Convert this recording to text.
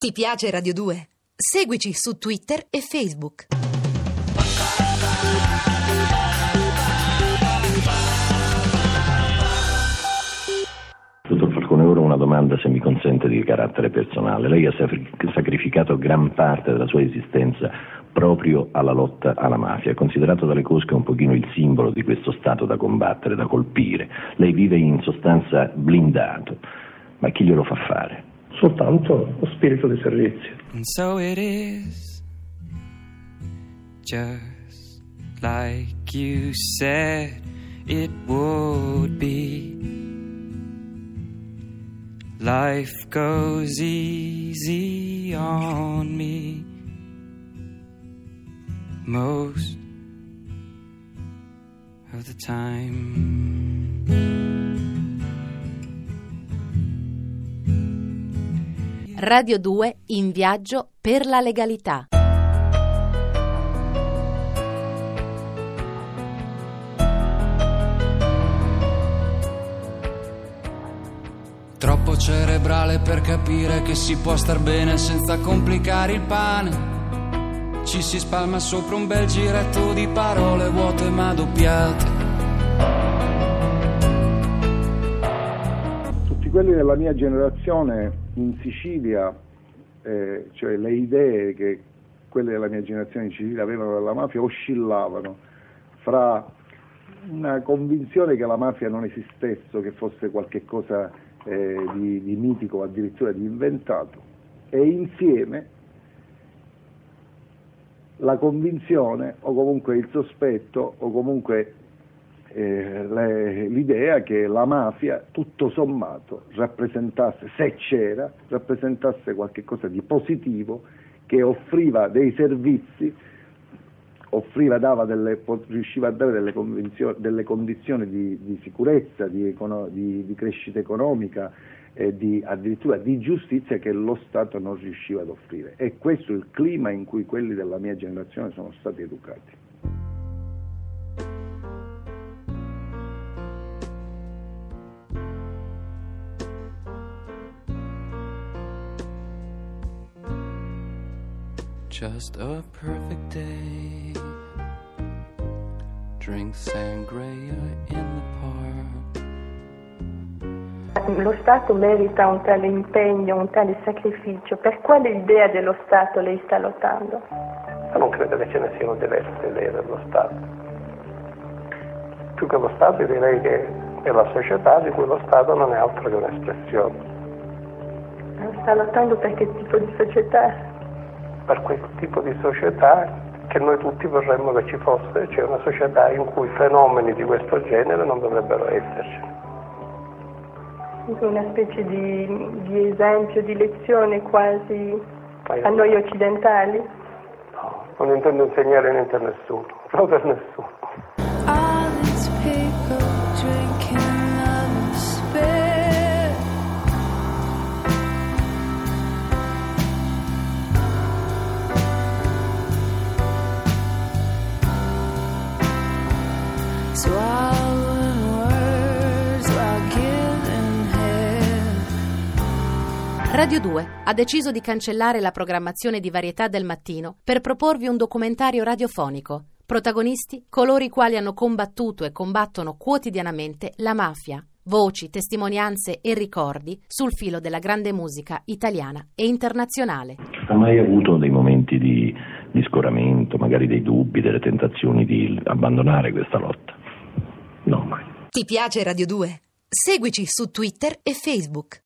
Ti piace Radio 2? Seguici su Twitter e Facebook. Dottor Falcone, ora una domanda, se mi consente, di carattere personale. Lei ha sacrificato gran parte della sua esistenza proprio alla lotta alla mafia, è considerato dalle cosche un pochino il simbolo di questo stato da combattere, da colpire. Lei vive in sostanza blindato, ma chi glielo fa fare? Soltanto lo spirito di servizio. And so it is, just like you said it would be. Life goes easy on me most of the time. Radio 2 in viaggio per la legalità. Troppo cerebrale per capire che si può star bene senza complicare il pane. Ci si spalma sopra un bel giretto di parole vuote ma doppiate. Tutti quelli della mia generazione in Sicilia, cioè le idee che quelli della mia generazione in Sicilia avevano della mafia oscillavano fra una convinzione che la mafia non esistesse, che fosse qualche cosa di mitico o addirittura di inventato, e insieme la convinzione o comunque il sospetto o comunque l'idea che la mafia tutto sommato rappresentasse, se c'era, rappresentasse qualche cosa di positivo, che offriva dei servizi, riusciva a dare delle condizioni di sicurezza, di crescita economica e addirittura di giustizia che lo Stato non riusciva ad offrire. E questo è il clima in cui quelli della mia generazione sono stati educati. Just a perfect day. Drink sangria in the park. Lo Stato merita un tale impegno, un tale sacrificio. Per quale idea dello Stato lei sta lottando? Io non credo che ce ne siano diverse idee dello Stato. Più che lo Stato direi che è la società di cui lo Stato non è altro che un'espressione. Sta lottando per che tipo di società? Per quel tipo di società che noi tutti vorremmo che ci fosse, cioè una società in cui fenomeni di questo genere non dovrebbero esserci. Una specie di esempio, di lezione quasi a noi occidentali? No, non intendo insegnare niente a nessuno, proprio a nessuno. Radio 2 ha deciso di cancellare la programmazione di varietà del mattino per proporvi un documentario radiofonico. Protagonisti coloro i quali hanno combattuto e combattono quotidianamente la mafia. Voci, testimonianze e ricordi sul filo della grande musica italiana e internazionale. Ha mai avuto dei momenti di scoramento, magari dei dubbi, delle tentazioni di abbandonare questa lotta? No, mai. Ti piace Radio 2? Seguici su Twitter e Facebook.